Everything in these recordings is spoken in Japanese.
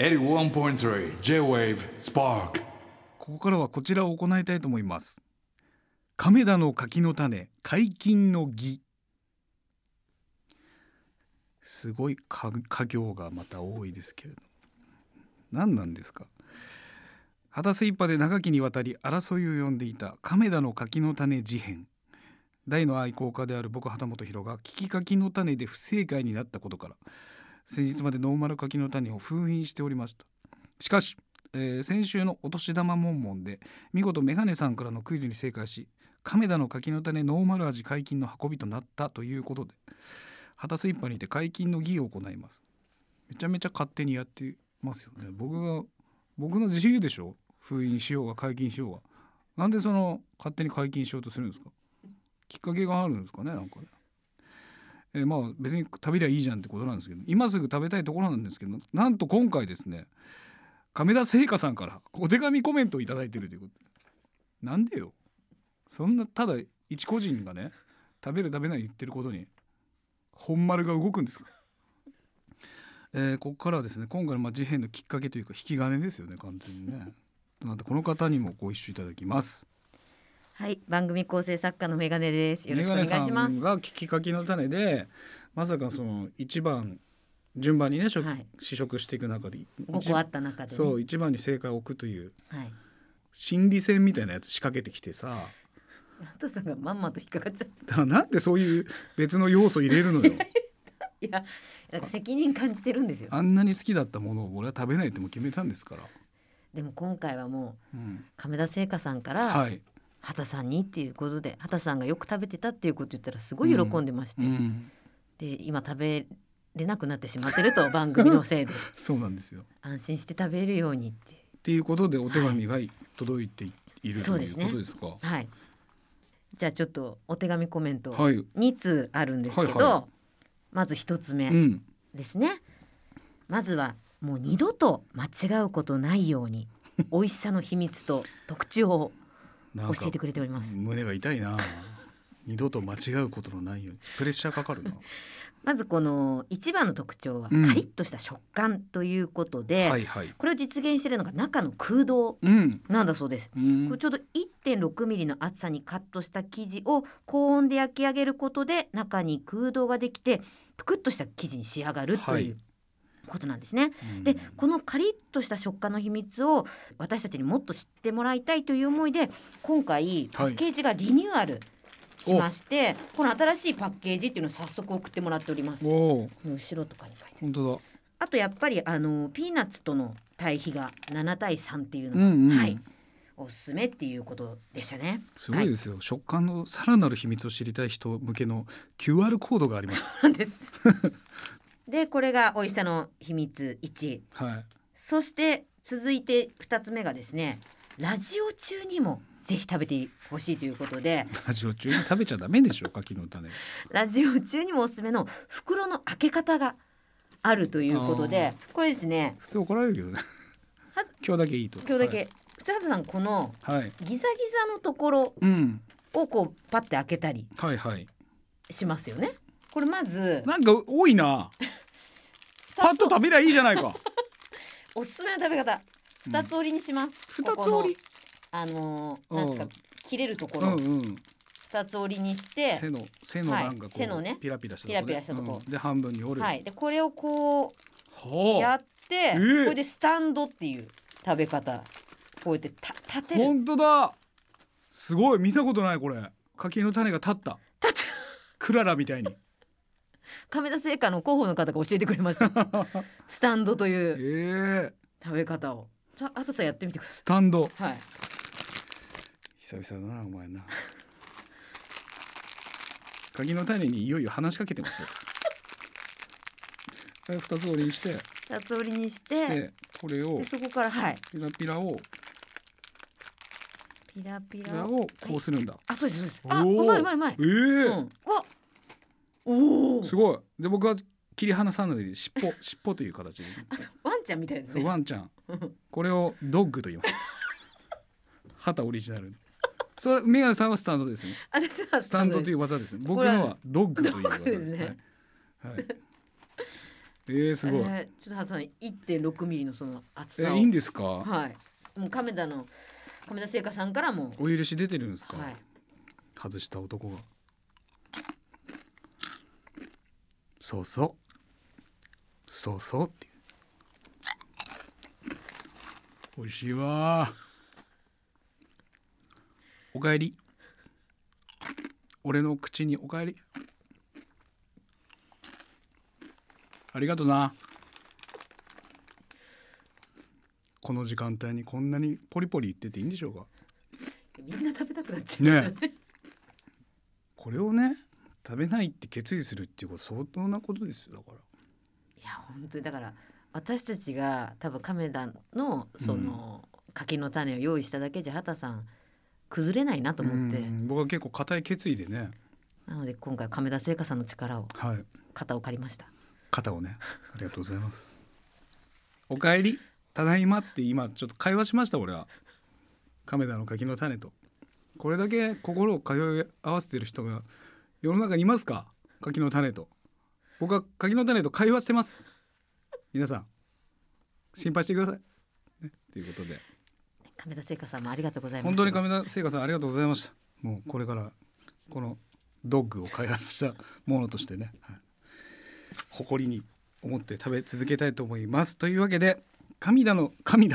81.3 J-Wave Spark。 ここからはこちらを行いたいと思います。亀田の柿の種、解禁の儀。すごい家行がまた多いですけれど、何なんですか。旗す一派で長きにわたり争いを呼んでいた亀田の柿の種事変。大の愛好家である僕旗本博が利き柿の種で不正解になったことから先日までノーマル柿の種を封印しておりました。しかし、先週のお年玉モンモンで見事メガネさんからのクイズに正解し、亀田の柿の種ノーマル味解禁の運びとなったということで、旗す一派にて解禁の儀を行います。めちゃめちゃ勝手にやってますよね。僕の自由でしょ。封印しようが解禁しようが。なんでその勝手に解禁しようとするんですか。きっかけがあるんですかね。なんかね、まあ別に食べりゃいいじゃんってことなんですけど、今すぐ食べたいところなんですけど、なんと今回ですね、亀田製菓さんからお手紙コメントをいただいているということで。なんでよ、そんなただ一個人がね食べる食べない言ってることに本丸が動くんですか。ここからはですね、今回の事変のきっかけというか引き金ですよね、完全にね。なんでこの方にもご一緒いただきます。 はい、番組構成作家のメガネです。よろしくお願いします。 メガネさんが利き柿の種でまさかその一番順番にね、試食していく中で 5個あった中で、ね、 そう一番に正解を置くという、 はい、 心理戦みたいなやつ仕掛けてきてさ、 畑さんがまんまと引っかかっちゃった。 だからなんでそういう別の要素入れるのよ。 いや、なんか責任感じてるんですよ。 あんなに好きだったものを俺は食べないっても決めたんですから。 でも今回はもう、亀田製菓さんから、 はい、 畑さんにっていうことで、畑さんがよく食べてたっていうこと言ったらすごい喜んでまして、で今食べれなくなってしまってると番組のせいでそうなんですよ。 安心して食べれるようにっていうことでお手紙が届いている、 ということですか。 はい、じゃあちょっとお手紙コメント2通あるんですけど、まず1つ目ですね、まずはもう二度と間違うことないように美味しさの秘密と特徴を教えてくれております。 胸が痛いな。二度と間違うことのないようにプレッシャーかかるな。 まずこの一番の特徴はカリッとした食感ということで、これを実現しているのが中の空洞なんだそうです。これちょうど 1.6 ミリの厚さにカットした生地を高温で焼き上げることで中に空洞ができてぷくっとした生地に仕上がるということなんですね。でこのカリッとした食感の秘密を私たちにもっと知ってもらいたいという思いで、今回パッケージがリニューアルしまして、この新しいパッケージっていうのを早速送ってもらっております。後ろとかに書いてある。 本当だ。 あとやっぱりピーナッツとの対比が7対3っていうのが、おすすめっていうことでしたね。 すごいですよ、食感のさらなる秘密を知りたい人向けの QR コードがあります。 そうなんですでこれが美味しさの秘密1、そして続いて2つ目がですね、ラジオ中にもぜひ食べてほしいということで。 ラジオ中に食べちゃダメでしょ柿の種。 ラジオ中にもおすすめの袋の開け方があるということで、これですね、 普通怒られるけどね今日だけいいと。 今日だけ、普通畑さんこのギザギザのところをこうパッて開けたりしますよね。これまずなんか多いなパッと食べりゃいいじゃないかおすすめの食べ方、2つ折りにします。 2つ折り、 なんですか、切れるところ、2つ折りにして背のなんかこうピラピラしたところで半分に折る。 でこれをこうやって、これでスタンドっていう食べ方、こうやって立てる。 本当だ、すごい、見たことない。これ柿の種が立ったクララみたいに。 亀田製菓の広報の方が教えてくれますスタンドという食べ方を。じゃあとさんやってみてください。 スタンド、久々だなお前な柿の種にいよいよ話しかけてますね2つ折りにして 2つ折りにしてこれをそこからピラピラをこうするんだ。 そうですそうです。うまいうまい。 すごい。で僕は切り離さないで尻尾という形でワンちゃんみたいですね。 そうワンちゃんこれをドッグと言います旗オリジナル。それメガネさんはスタンドですね。スタンドという技ですね。僕のはドッグという技ですね。 すごい、 ちょっとハトさん 1.6 ミリのその厚さを、 いいんですか？ はい、もう亀田製菓さんからもお許し出てるんですか？ はい、 外した男が。そうそうそうそうっていう、美味しいわ。おかえり、俺の口におかえり。ありがとな。この時間帯にこんなにポリポリ言ってていいんでしょうか？ みんな食べたくなっちゃいますよね。 これをね食べないって決意するっていうこと相当なことですよ。だから、 いや本当にだから私たちが多分亀田のその柿の種を用意しただけじゃ畑さん崩れないなと思って、 僕は結構固い決意でね、 なので今回亀田製菓さんの力を、 はい、 肩を借りました。 肩をね、ありがとうございます。おかえり、ただいまって今ちょっと会話しました。俺は亀田の柿の種とこれだけ心を通い合わせてる人が世の中にいますか？柿の種と僕は柿の種と会話してます。皆さん心配してください、ね、ということで亀田製菓さんもありがとうございます。 本当に亀田製菓さんありがとうございました。もうこれからこのドッグを開発したものとしてね、はい、誇りに思って食べ続けたいと思います。というわけで亀田の柿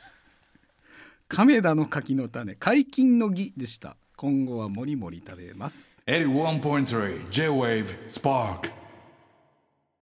の種解禁の儀でした。今後はもりもり食べます。 81.3 J-Wave Spark